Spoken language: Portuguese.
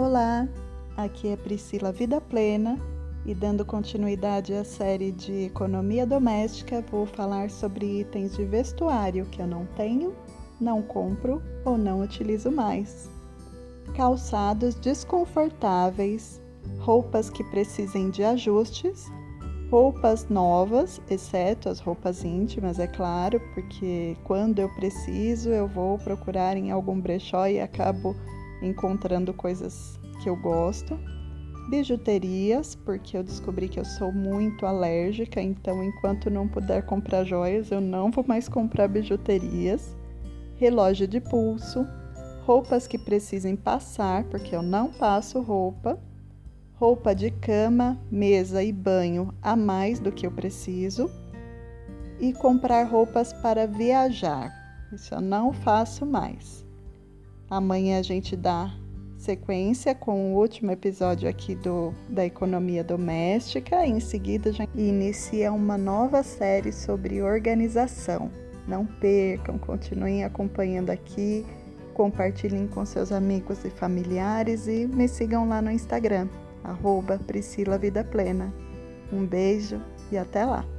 Olá, aqui é Priscila Vida Plena e dando continuidade à série de economia doméstica, vou falar sobre itens de vestuário que eu não tenho, não compro ou não utilizo mais. Calçados desconfortáveis, roupas que precisem de ajustes, roupas novas, exceto as roupas íntimas, é claro, porque quando eu preciso eu vou procurar em algum brechó e acabo encontrando coisas que eu gosto. Bijuterias, porque eu descobri que eu sou muito alérgica, então enquanto não puder comprar joias, eu não vou mais comprar bijuterias. Relógio de pulso, roupas que precisem passar, porque eu não passo roupa. Roupa de cama, mesa e banho a mais do que eu preciso. E comprar roupas para viajar, isso eu não faço mais. Amanhã a gente dá sequência com o último episódio aqui da economia doméstica. Em seguida já inicia uma nova série sobre organização. Não percam, continuem acompanhando aqui, compartilhem com seus amigos e familiares e me sigam lá no Instagram, @Priscila Vida Plena. Um beijo e até lá!